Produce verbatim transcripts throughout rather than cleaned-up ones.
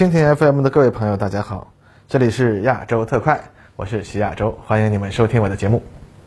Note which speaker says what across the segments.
Speaker 1: 蜻蜓 F M 的各位朋友大家好，这里是亚洲特快，我是徐亚洲，欢迎你们收听我的节目。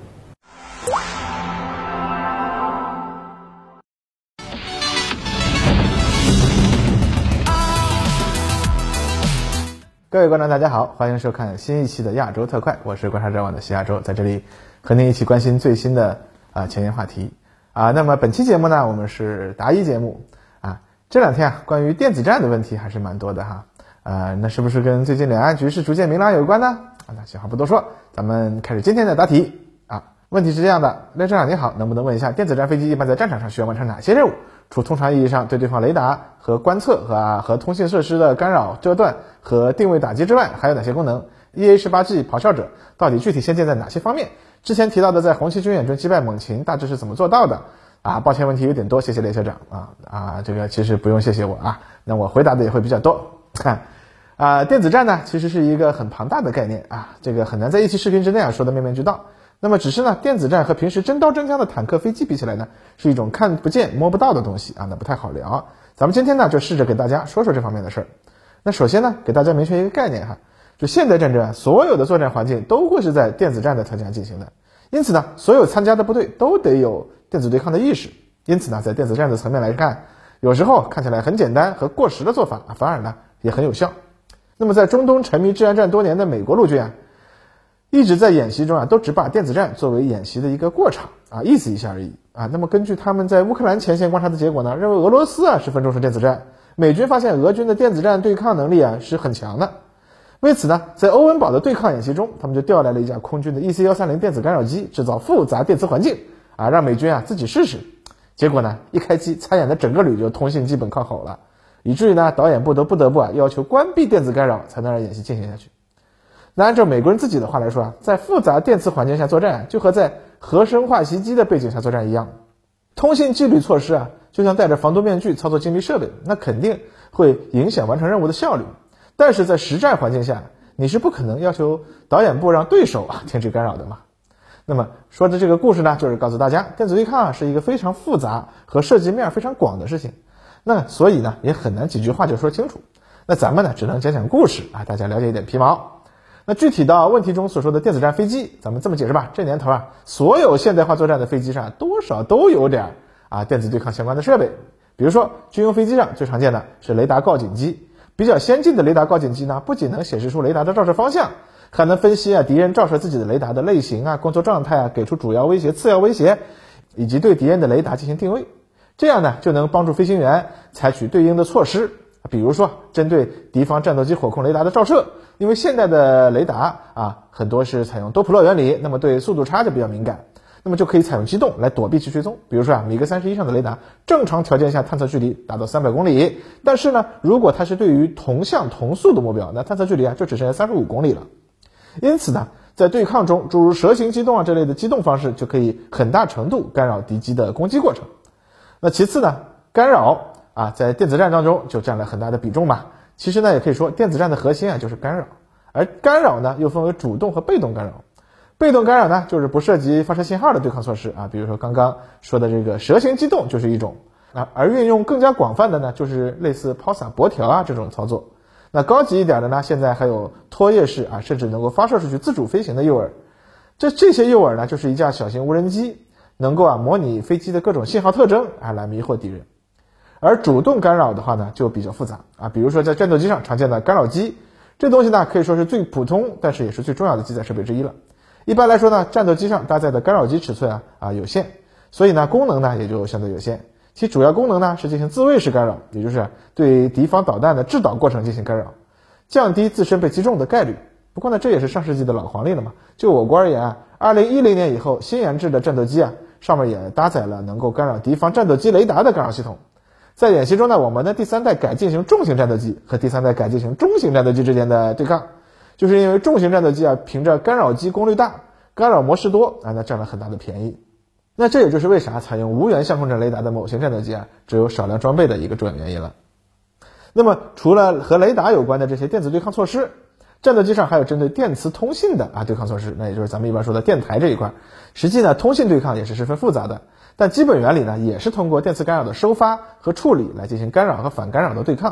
Speaker 1: 各位观众大家好，欢迎收看新一期的亚洲特快，我是观察者网的徐亚洲，在这里和您一起关心最新的啊、呃、前沿话题啊。那么本期节目呢，我们是答疑节目啊。这两天啊，关于电子战的问题还是蛮多的哈。呃，那是不是跟最近两岸局势逐渐明朗有关呢？啊，那闲话不多说，咱们开始今天的答题啊。问题是这样的，列车长你好，能不能问一下，电子战飞机一般在战场上需要完成哪些任务？除通常意义上对对方雷达和观测和、啊、和通信设施的干扰、遮断和定位打击之外，还有哪些功能 ？E A 十八 G 咆哮者到底具体先进在哪些方面？之前提到的在红旗军演中击败猛禽大致是怎么做到的？啊，抱歉，问题有点多，谢谢列车长啊啊，这个其实不用谢谢我啊，那我回答的也会比较多。看啊，电子战呢其实是一个很庞大的概念啊，这个很难在一期视频之内啊说的面面俱到。那么只是呢，电子战和平时真刀真枪的坦克、飞机比起来呢，是一种看不见摸不到的东西啊，那不太好聊。咱们今天呢就试着给大家说说这方面的事儿。那首先呢，给大家明确一个概念哈，就现代战争啊，所有的作战环境都会是在电子战的条件下进行的，因此呢，所有参加的部队都得有电子对抗的意识。因此呢，在电子战的层面来看，有时候看起来很简单和过时的做法，反而呢也很有效。那么在中东沉迷治安战多年的美国陆军啊，一直在演习中啊，都只把电子战作为演习的一个过场啊，意思一下而已啊。那么根据他们在乌克兰前线观察的结果呢，认为俄罗斯啊十分重视电子战，美军发现俄军的电子战对抗能力啊是很强的。为此呢，在欧文堡的对抗演习中，他们就调来了一架空军的 E C 一三零 电子干扰机，制造复杂电磁环境啊，让美军啊自己试试。结果呢，一开机，参演的整个旅就通信基本靠吼了，以至于呢，导演部都不得不啊要求关闭电子干扰，才能让演习进行下去。那按照美国人自己的话来说啊，在复杂电磁环境下作战，就和在核生化袭击的背景下作战一样。通信纪律措施啊，就像戴着防毒面具操作精密设备，那肯定会影响完成任务的效率。但是在实战环境下，你是不可能要求导演部让对手啊停止干扰的嘛。那么说的这个故事呢，就是告诉大家，电子对抗啊是一个非常复杂和涉及面非常广的事情。那所以呢，也很难几句话就说清楚。那咱们呢，只能讲讲故事啊，大家了解一点皮毛。那具体到问题中所说的电子战飞机，咱们这么解释吧，这年头啊，所有现代化作战的飞机上多少都有点啊电子对抗相关的设备。比如说军用飞机上最常见的是雷达告警机，比较先进的雷达告警机呢，不仅能显示出雷达的照射方向，还能分析啊敌人照射自己的雷达的类型啊、工作状态啊，给出主要威胁、次要威胁，以及对敌人的雷达进行定位。这样呢，就能帮助飞行员采取对应的措施，比如说针对敌方战斗机火控雷达的照射，因为现代的雷达啊很多是采用多普勒原理，那么对速度差就比较敏感，那么就可以采用机动来躲避其追踪。比如说啊，米格三十一上的雷达正常条件下探测距离达到三百公里，但是呢，如果它是对于同向同速的目标，那探测距离啊就只剩下三十五公里了。因此呢，在对抗中，诸如蛇形机动啊这类的机动方式就可以很大程度干扰敌机的攻击过程。那其次呢，干扰啊在电子战当中就占了很大的比重嘛。其实呢，也可以说电子战的核心啊就是干扰，而干扰呢又分为主动和被动干扰。被动干扰呢就是不涉及发射信号的对抗措施啊，比如说刚刚说的这个蛇形机动就是一种啊，而运用更加广泛的呢就是类似抛洒箔条啊这种操作。那高级一点的呢，现在还有拖曳式啊，甚至能够发射出去自主飞行的诱饵。这这些诱饵呢，就是一架小型无人机能够啊模拟飞机的各种信号特征啊来迷惑敌人。而主动干扰的话呢，就比较复杂啊，比如说在战斗机上常见的干扰机，这东西呢可以说是最普通，但是也是最重要的机载设备之一了。一般来说呢，战斗机上搭载的干扰机尺寸啊啊有限，所以呢功能呢也就相对有限。其主要功能呢是进行自卫式干扰，也就是对敌方导弹的制导过程进行干扰，降低自身被击中的概率。不过呢，这也是上世纪的老黄历了嘛。就我国而言啊，二零一零年以后新研制的战斗机啊，上面也搭载了能够干扰敌方战斗机雷达的干扰系统。在演习中呢，我们的第三代改进型重型战斗机和第三代改进型中型战斗机之间的对抗，就是因为重型战斗机啊凭着干扰机功率大、干扰模式多啊，那占了很大的便宜。那这也就是为啥采用无源相控阵雷达的某型战斗机啊只有少量装备的一个重要原因了。那么除了和雷达有关的这些电子对抗措施，战斗机上还有针对电磁通信的啊对抗措施，那也就是咱们一般说的电台这一块。实际呢，通信对抗也是十分复杂的，但基本原理呢也是通过电磁干扰的收发和处理来进行干扰和反干扰的对抗。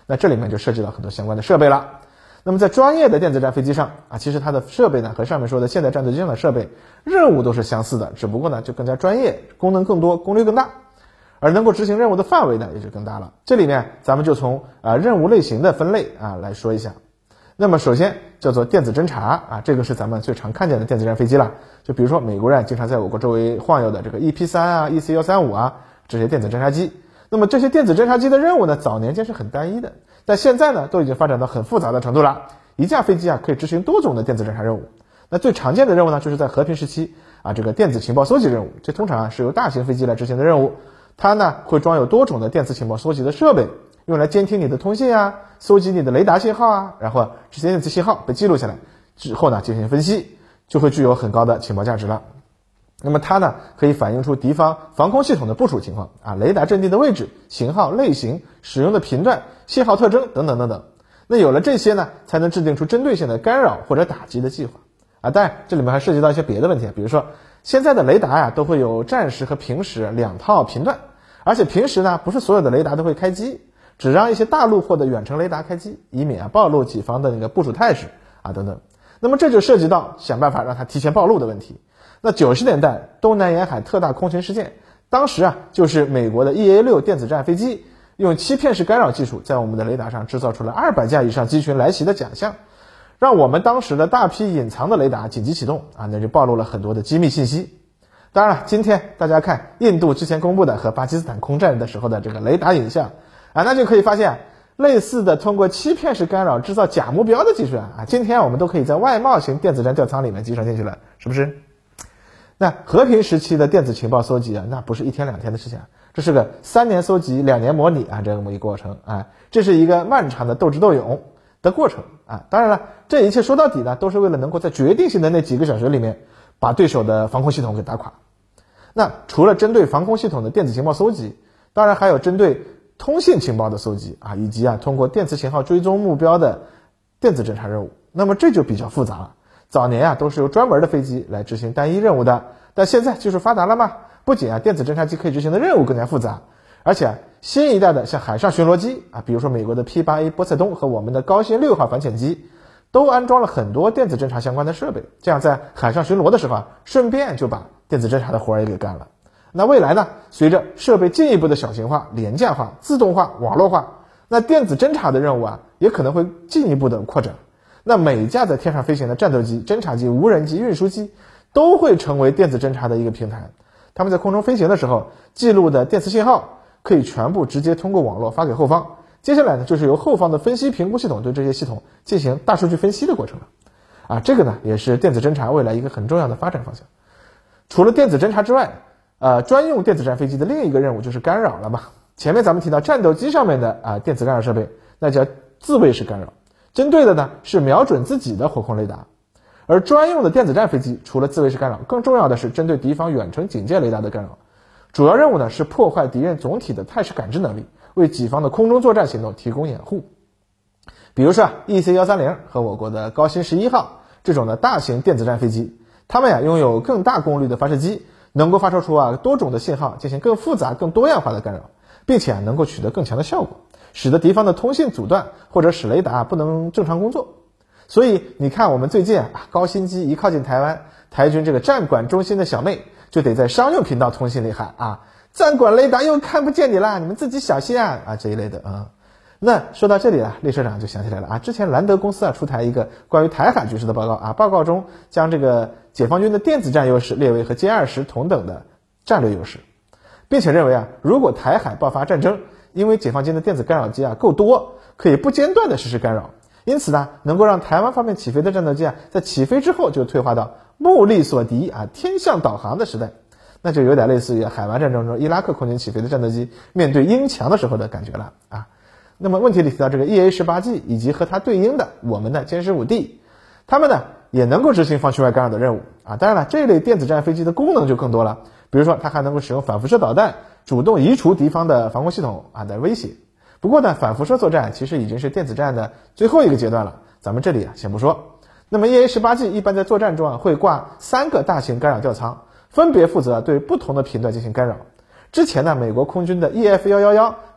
Speaker 1: 那这里面就涉及到很多相关的设备了。那么在专业的电子战飞机上啊，其实它的设备呢和上面说的现代战斗机上的设备任务都是相似的，只不过呢就更加专业，功能更多，功率更大，而能够执行任务的范围呢也就更大了。这里面咱们就从啊任务类型的分类啊来说一下。那么首先叫做电子侦察啊，这个是咱们最常看见的电子战飞机了。就比如说美国人经常在我国周围晃悠的这个 E P 三 啊 E C 一三五啊这些电子侦察机。那么这些电子侦察机的任务呢，早年间是很单一的，但现在呢都已经发展到很复杂的程度了。一架飞机啊可以执行多种的电子侦察任务。那最常见的任务呢，就是在和平时期啊这个电子情报搜集任务，这通常啊是由大型飞机来执行的任务。它呢会装有多种的电子情报搜集的设备，用来监听你的通信啊，搜集你的雷达信号啊，然后这些电子信号被记录下来之后呢进行分析，就会具有很高的情报价值了。那么它呢可以反映出敌方防空系统的部署情况啊，雷达阵地的位置、型号、类型、使用的频段、信号特征等等等等。那有了这些呢，才能制定出针对性的干扰或者打击的计划啊。当然这里面还涉及到一些别的问题，比如说现在的雷达呀都会有战时和平时两套频段，而且平时呢不是所有的雷达都会开机，只让一些大陆或者远程雷达开机，以免啊暴露己方的那个部署态势啊等等。那么这就涉及到想办法让它提前暴露的问题。那九十年代东南沿海特大空群事件，当时啊就是美国的 E A 六 电子战飞机用欺骗式干扰技术在我们的雷达上制造出了二百架以上机群来袭的假象，让我们当时的大批隐藏的雷达紧急启动啊，那就暴露了很多的机密信息。当然了，今天大家看印度之前公布的和巴基斯坦空战的时候的这个雷达影像啊，那就可以发现类似的通过欺骗式干扰制造假目标的技术啊，今天我们都可以在外贸型电子战吊舱里面集成进去了，是不是？那和平时期的电子情报搜集啊，那不是一天两天的事情啊，这是个三年搜集两年模拟啊，这么一个过程啊，这是一个漫长的斗智斗勇的过程啊。当然了，这一切说到底呢，都是为了能够在决定性的那几个小时里面把对手的防空系统给打垮。那除了针对防空系统的电子情报搜集，当然还有针对通信情报的搜集啊，以及啊通过电磁信号追踪目标的电子侦察任务。那么这就比较复杂了。早年啊都是由专门的飞机来执行单一任务的，但现在技术发达了嘛，不仅啊电子侦察机可以执行的任务更加复杂，而且、啊、新一代的像海上巡逻机啊，比如说美国的 P 八 A 波塞冬和我们的高新六号反潜机，都安装了很多电子侦察相关的设备，这样在海上巡逻的时候啊，顺便就把电子侦察的活儿也给干了。那未来呢，随着设备进一步的小型化、廉价化、自动化、网络化，那电子侦察的任务啊也可能会进一步的扩展。那每一架在天上飞行的战斗机、侦察机、无人机、运输机都会成为电子侦察的一个平台。他们在空中飞行的时候记录的电磁信号可以全部直接通过网络发给后方，接下来呢就是由后方的分析评估系统对这些系统进行大数据分析的过程了。啊，这个呢也是电子侦察未来一个很重要的发展方向。除了电子侦察之外，呃，专用电子战飞机的另一个任务就是干扰了嘛。前面咱们提到战斗机上面的啊、呃、电子干扰设备，那叫自卫式干扰。针对的呢是瞄准自己的火控雷达，而专用的电子战飞机除了自卫式干扰，更重要的是针对敌方远程警戒雷达的干扰。主要任务呢是破坏敌人总体的态势感知能力，为己方的空中作战行动提供掩护。比如说啊 E C 一三零 和我国的高新十一号这种的大型电子战飞机，它们呀拥有更大功率的发射机，能够发射出啊多种的信号，进行更复杂、更多样化的干扰，并且啊能够取得更强的效果，使得敌方的通信阻断或者使雷达不能正常工作。所以你看我们最近啊高新机一靠近台湾，台军这个战管中心的小妹就得在商用频道通信里喊啊，战管雷达又看不见你啦，你们自己小心啊啊这一类的啊。那说到这里啊，列车长就想起来了啊，之前兰德公司啊出台一个关于台海局势的报告啊，报告中将这个解放军的电子战优势列为和歼二十同等的战略优势，并且认为啊，如果台海爆发战争，因为解放军的电子干扰机啊够多，可以不间断的实施干扰，因此呢，能够让台湾方面起飞的战斗机啊，在起飞之后就退化到目力所敌啊，天象导航的时代，那就有点类似于海湾战争中伊拉克空军起飞的战斗机面对鹰墙的时候的感觉了啊。那么问题里提到这个 E A 十八 G 以及和它对应的我们的歼十五 D， 它们呢也能够执行防区外干扰的任务啊。当然了，这类电子战飞机的功能就更多了，比如说它还能够使用反辐射导弹主动移除敌方的防空系统啊的威胁。不过呢，反辐射作战其实已经是电子战的最后一个阶段了，咱们这里啊先不说。那么 E A 十八 G 一般在作战中啊会挂三个大型干扰吊舱，分别负责对不同的频段进行干扰。之前呢，美国空军的 E F 一一一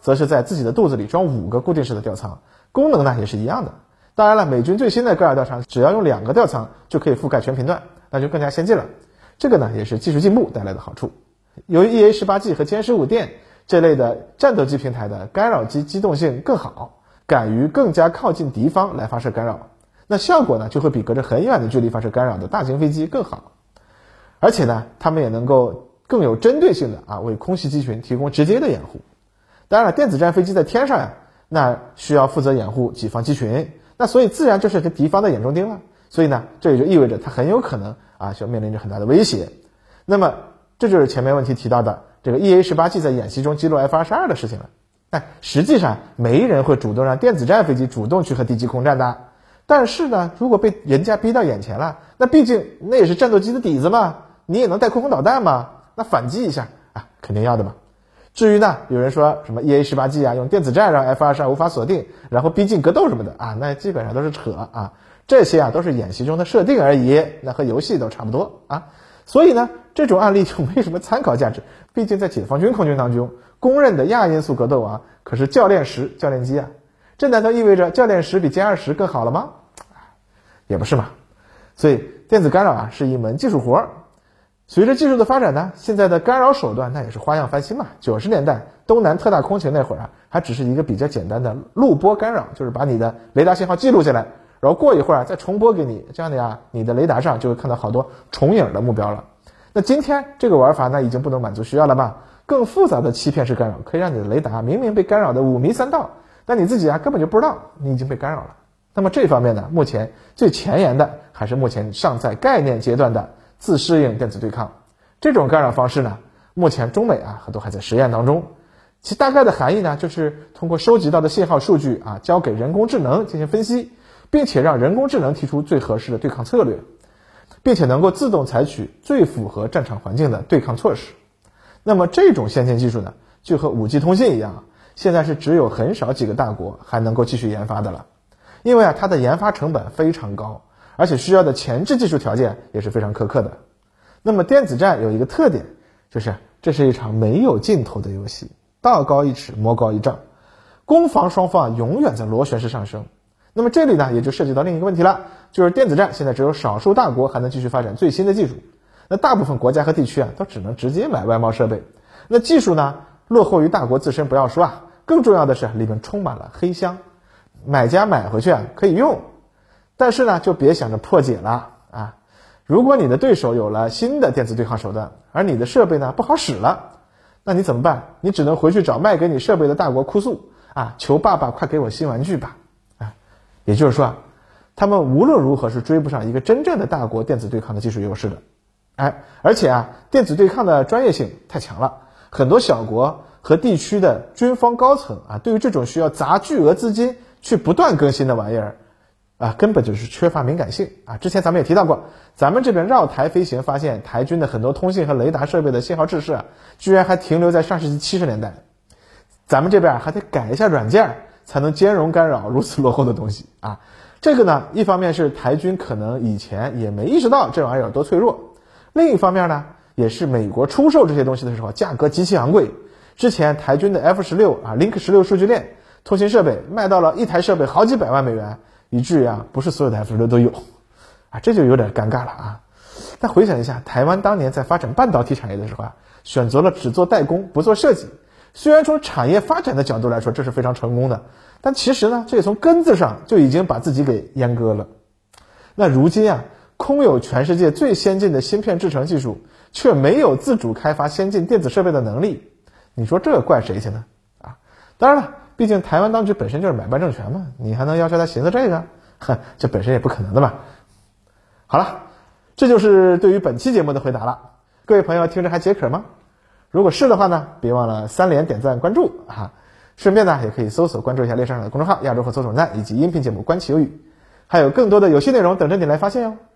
Speaker 1: 则是在自己的肚子里装五个固定式的吊舱，功能呢也是一样的。当然了，美军最新的戈尔吊舱只要用两个吊舱就可以覆盖全频段，那就更加先进了。这个呢也是技术进步带来的好处。由于 E A 十八 G 和歼十五电这类的战斗机平台的干扰机机动性更好，敢于更加靠近敌方来发射干扰，那效果呢就会比隔着很远的距离发射干扰的大型飞机更好。而且呢，他们也能够更有针对性的啊为空袭机群提供直接的掩护。当然了，电子战飞机在天上呀，那需要负责掩护己方机群，那所以自然就是跟敌方的眼中钉了。所以呢，这也就意味着它很有可能啊就面临着很大的威胁。那么这就是前面问题提到的这个 E A 十八 G 在演习中击落 F 二十二 的事情了。哎，实际上没人会主动让电子战飞机主动去和敌机空战的。但是呢，如果被人家逼到眼前了，那毕竟那也是战斗机的底子嘛，你也能带空空导弹嘛，那反击一下啊，肯定要的嘛。至于呢，有人说什么 E A 十八 G 啊，用电子战让 F 二十二 无法锁定，然后逼近格斗什么的啊，那基本上都是扯啊。这些啊都是演习中的设定而已，那和游戏都差不多啊。所以呢，这种案例就没什么参考价值。毕竟在解放军空军当中，公认的亚音速格斗啊，可是教练十教练机啊。这难道意味着教练十比歼二十更好了吗？也不是嘛。所以电子干扰啊是一门技术活。随着技术的发展呢，现在的干扰手段那也是花样翻新嘛。九十年代东南特大空情那会儿啊，还只是一个比较简单的录波干扰，就是把你的雷达信号记录下来，然后过一会儿再重播给你，这样的呀，你的雷达上就会看到好多重影的目标了。那今天这个玩法呢，已经不能满足需要了吧？更复杂的欺骗式干扰可以让你的雷达明明被干扰的五迷三道，但你自己啊根本就不知道你已经被干扰了。那么这方面呢，目前最前沿的还是目前尚在概念阶段的自适应电子对抗。这种干扰方式呢，目前中美啊都还在实验当中。其大概的含义呢，就是通过收集到的信号数据啊，交给人工智能进行分析，并且让人工智能提出最合适的对抗策略，并且能够自动采取最符合战场环境的对抗措施。那么这种先进技术呢，就和 五 G 通信一样，现在是只有很少几个大国还能够继续研发的了。因为啊，它的研发成本非常高，而且需要的前置技术条件也是非常苛刻的。那么电子战有一个特点，就是这是一场没有尽头的游戏，道高一尺，魔高一丈，攻防双方永远在螺旋式上升。那么这里呢，也就涉及到另一个问题了，就是电子战现在只有少数大国还能继续发展最新的技术，那大部分国家和地区啊，都只能直接买外贸设备。那技术呢，落后于大国自身不要说啊，更重要的是里面充满了黑箱，买家买回去啊可以用，但是呢，就别想着破解了啊。如果你的对手有了新的电子对抗手段，而你的设备呢不好使了，那你怎么办？你只能回去找卖给你设备的大国哭诉啊，求爸爸快给我新玩具吧啊！也就是说啊，他们无论如何是追不上一个真正的大国电子对抗的技术优势的。哎，而且啊，电子对抗的专业性太强了，很多小国和地区的军方高层啊，对于这种需要砸巨额资金去不断更新的玩意儿啊，根本就是缺乏敏感性啊。之前咱们也提到过，咱们这边绕台飞行发现台军的很多通信和雷达设备的信号制式啊，居然还停留在上世纪七十年代，咱们这边还得改一下软件才能兼容干扰如此落后的东西啊。这个呢，一方面是台军可能以前也没意识到这玩意儿有多脆弱，另一方面呢，也是美国出售这些东西的时候价格极其昂贵。之前台军的 F 十六 啊 Link 十六数据链通信设备卖到了一台设备好几百万美元，以至于啊不是所有的 F 十六 都有啊，这就有点尴尬了啊。但回想一下，台湾当年在发展半导体产业的时候啊，选择了只做代工不做设计，虽然从产业发展的角度来说这是非常成功的，但其实呢，这也从根子上就已经把自己给阉割了。那如今啊，空有全世界最先进的芯片制程技术，却没有自主开发先进电子设备的能力，你说这怪谁去呢？啊，当然了，毕竟台湾当局本身就是买办政权嘛，你还能要求他寻思这个？哼，这本身也不可能的嘛。好了，这就是对于本期节目的回答了。各位朋友听着还解渴吗？如果是的话呢，别忘了三连点赞关注啊，顺便呢也可以搜索关注一下猎上的公众号亚洲和搜索站以及音频节目观其有语，还有更多的有趣内容等着你来发现哟。